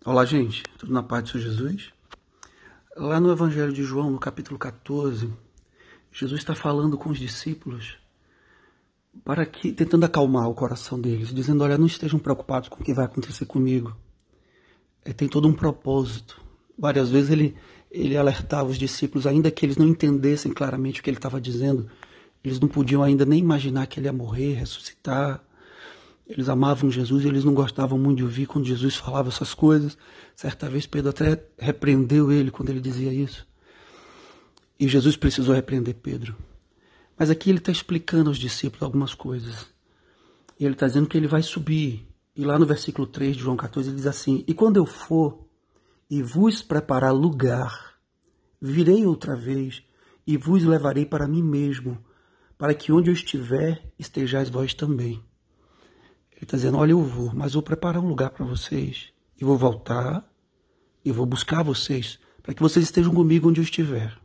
Olá, gente. Tudo na paz do Senhor Jesus? Lá no Evangelho de João, no capítulo 14, Jesus está falando com os discípulos tentando acalmar o coração deles, dizendo, olha, não estejam preocupados com o que vai acontecer comigo. Tem todo um propósito. Várias vezes ele alertava os discípulos, ainda que eles não entendessem claramente o que ele estava dizendo, eles não podiam ainda nem imaginar que ele ia morrer, ressuscitar. Eles amavam Jesus e eles não gostavam muito de ouvir quando Jesus falava essas coisas. Certa vez Pedro até repreendeu ele quando ele dizia isso. E Jesus precisou repreender Pedro. Mas aqui ele está explicando aos discípulos algumas coisas. E ele está dizendo que ele vai subir. E lá no versículo 3 de João 14 ele diz assim, e quando eu for e vos preparar lugar, virei outra vez e vos levarei para mim mesmo, para que onde eu estiver estejais vós também. Ele está dizendo, olha, eu vou, mas vou preparar um lugar para vocês. E vou voltar e vou buscar vocês, para que vocês estejam comigo onde eu estiver.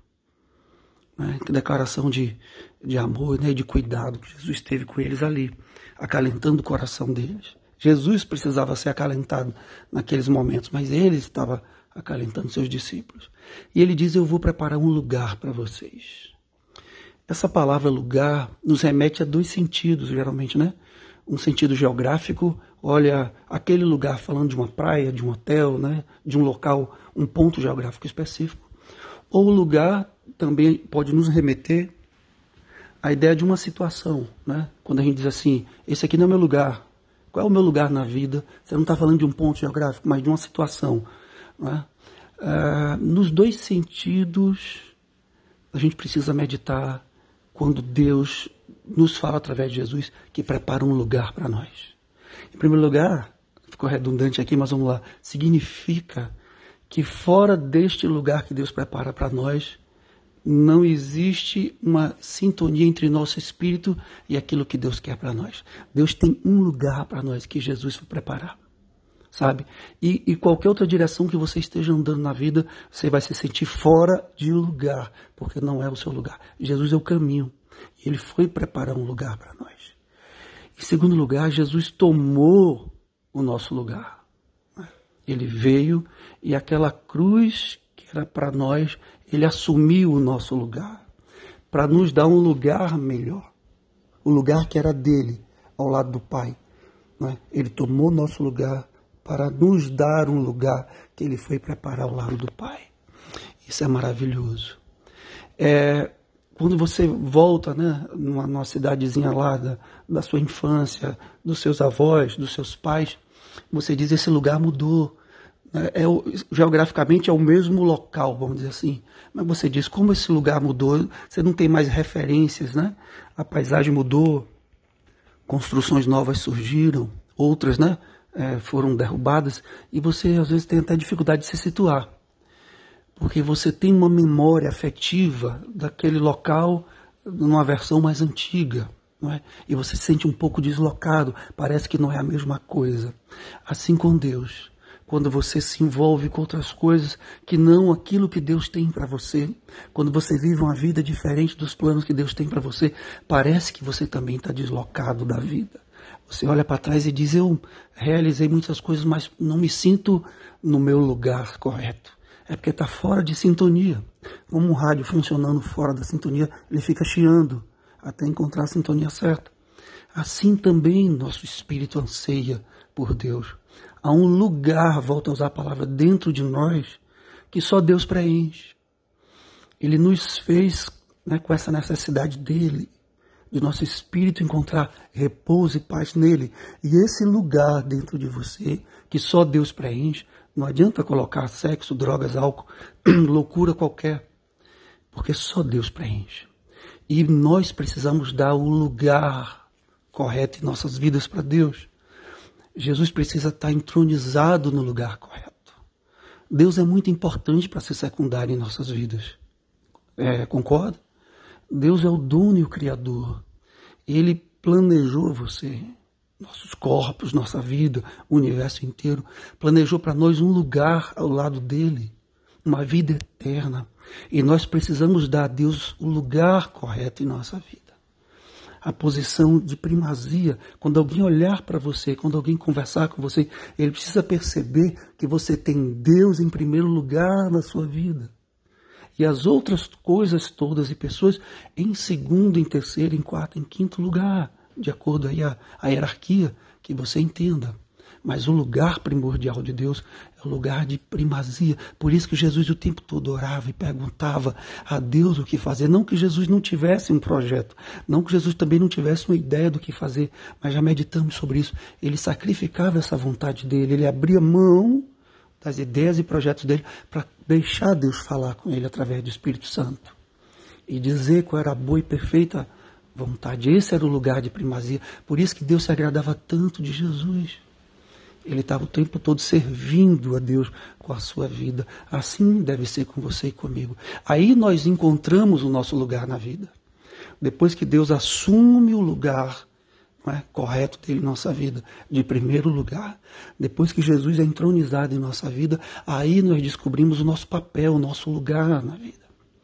Que declaração de amor, né, de cuidado que Jesus teve com eles ali, acalentando o coração deles. Jesus precisava ser acalentado naqueles momentos, mas ele estava acalentando seus discípulos. E ele diz, eu vou preparar um lugar para vocês. Essa palavra lugar nos remete a dois sentidos, geralmente, né? Um sentido geográfico, olha, aquele lugar falando de uma praia, de um hotel, né? De um local, um ponto geográfico específico. Ou o lugar também pode nos remeter à ideia de uma situação, né? Quando a gente diz assim, esse aqui não é o meu lugar. Qual é o meu lugar na vida? Você não está falando de um ponto geográfico, mas de uma situação. Né? Nos dois sentidos, a gente precisa meditar quando Deus nos fala através de Jesus que prepara um lugar para nós. Em primeiro lugar, ficou redundante aqui, mas vamos lá, significa que fora deste lugar que Deus prepara para nós, não existe uma sintonia entre nosso espírito e aquilo que Deus quer para nós. Deus tem um lugar para nós que Jesus foi preparar, sabe? E qualquer outra direção que você esteja andando na vida, você vai se sentir fora de lugar, porque não é o seu lugar. Jesus é o caminho. Ele foi preparar um lugar para nós. Em segundo lugar, Jesus tomou o nosso lugar. Ele veio e aquela cruz que era para nós, ele assumiu o nosso lugar, para nos dar um lugar melhor, o lugar que era dele, ao lado do Pai. Ele tomou o nosso lugar para nos dar um lugar que ele foi preparar ao lado do Pai. Isso é maravilhoso. Quando você volta, né, numa cidadezinha lá da sua infância, dos seus avós, dos seus pais, você diz, esse lugar mudou. Geograficamente é o mesmo local, vamos dizer assim, mas você diz, como esse lugar mudou, você não tem mais referências, né? A paisagem mudou, construções novas surgiram, outras, né, foram derrubadas, e você às vezes tem até dificuldade de se situar, porque você tem uma memória afetiva daquele local numa versão mais antiga, não é? E você se sente um pouco deslocado, parece que não é a mesma coisa. Assim com Deus. Quando você se envolve com outras coisas que não aquilo que Deus tem para você, quando você vive uma vida diferente dos planos que Deus tem para você, parece que você também está deslocado da vida. Você olha para trás e diz, eu realizei muitas coisas, mas não me sinto no meu lugar correto. É porque está fora de sintonia. Como um rádio funcionando fora da sintonia, ele fica chiando até encontrar a sintonia certa. Assim também nosso espírito anseia por Deus. Há um lugar, volto a usar a palavra, dentro de nós, que só Deus preenche. Ele nos fez, né, com essa necessidade dele, de nosso espírito encontrar repouso e paz nele. E esse lugar dentro de você, que só Deus preenche, não adianta colocar sexo, drogas, álcool, loucura qualquer, porque só Deus preenche. E nós precisamos dar o lugar correto em nossas vidas para Deus. Jesus precisa estar entronizado no lugar correto. Deus é muito importante para ser secundário em nossas vidas. Concorda? Deus é o dono e o criador. Ele planejou você, nossos corpos, nossa vida, o universo inteiro. Planejou para nós um lugar ao lado dele, uma vida eterna. E nós precisamos dar a Deus o lugar correto em nossa vida. a posição de primazia. Quando alguém olhar para você, quando alguém conversar com você, ele precisa perceber que você tem Deus em primeiro lugar na sua vida. E as outras coisas todas e pessoas em segundo, em terceiro, em quarto, em quinto lugar, de acordo aí a hierarquia que você entenda. Mas o lugar primordial de Deus é o lugar de primazia. Por isso que Jesus o tempo todo orava e perguntava a Deus o que fazer. Não que Jesus não tivesse um projeto, não que Jesus também não tivesse uma ideia do que fazer, mas já meditamos sobre isso. Ele sacrificava essa vontade dele, ele abria mão das ideias e projetos dele para deixar Deus falar com ele através do Espírito Santo e dizer qual era a boa e perfeita vontade. Esse era o lugar de primazia. Por isso que Deus se agradava tanto de Jesus. Ele estava o tempo todo servindo a Deus com a sua vida. Assim deve ser com você e comigo. Aí nós encontramos o nosso lugar na vida. Depois que Deus assume o lugar, não é, correto dele em nossa vida, de primeiro lugar. Depois que Jesus é entronizado em nossa vida, aí nós descobrimos o nosso papel, o nosso lugar na vida.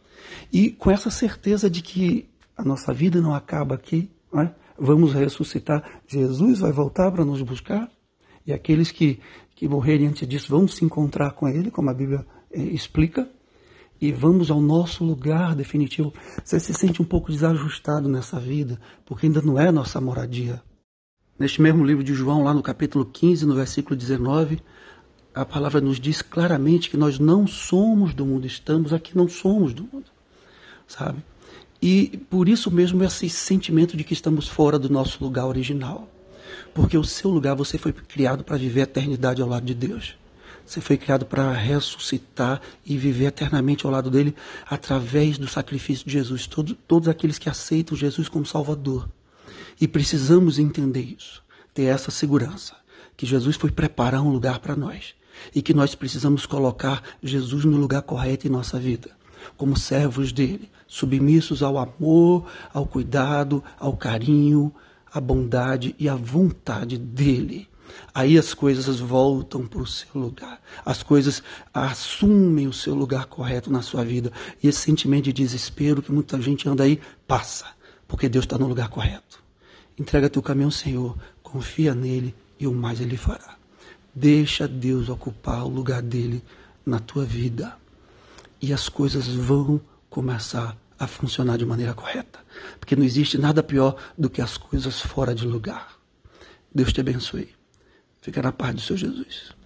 E com essa certeza de que a nossa vida não acaba aqui, não é? Vamos ressuscitar. Jesus vai voltar para nos buscar. E aqueles que morrerem antes disso vão se encontrar com ele, como a Bíblia explica, e vamos ao nosso lugar definitivo. Você se sente um pouco desajustado nessa vida, porque ainda não é nossa moradia. Neste mesmo livro de João, lá no capítulo 15, no versículo 19, a palavra nos diz claramente que nós não somos do mundo, estamos aqui, não somos do mundo, sabe? E por isso mesmo esse sentimento de que estamos fora do nosso lugar original. Porque o seu lugar, você foi criado para viver a eternidade ao lado de Deus. Você foi criado para ressuscitar e viver eternamente ao lado dele através do sacrifício de Jesus. Todos aqueles que aceitam Jesus como Salvador. E precisamos entender isso, ter essa segurança, que Jesus foi preparar um lugar para nós. E que nós precisamos colocar Jesus no lugar correto em nossa vida. Como servos dele, submissos ao amor, ao cuidado, ao carinho, a bondade e a vontade dele. Aí as coisas voltam para o seu lugar. As coisas assumem o seu lugar correto na sua vida. E esse sentimento de desespero que muita gente anda aí, passa. Porque Deus está no lugar correto. Entrega teu caminho ao Senhor. Confia nele e o mais ele fará. Deixa Deus ocupar o lugar dele na tua vida. E as coisas vão começar a funcionar de maneira correta. Porque não existe nada pior do que as coisas fora de lugar. Deus te abençoe. Fica na paz do Senhor Jesus.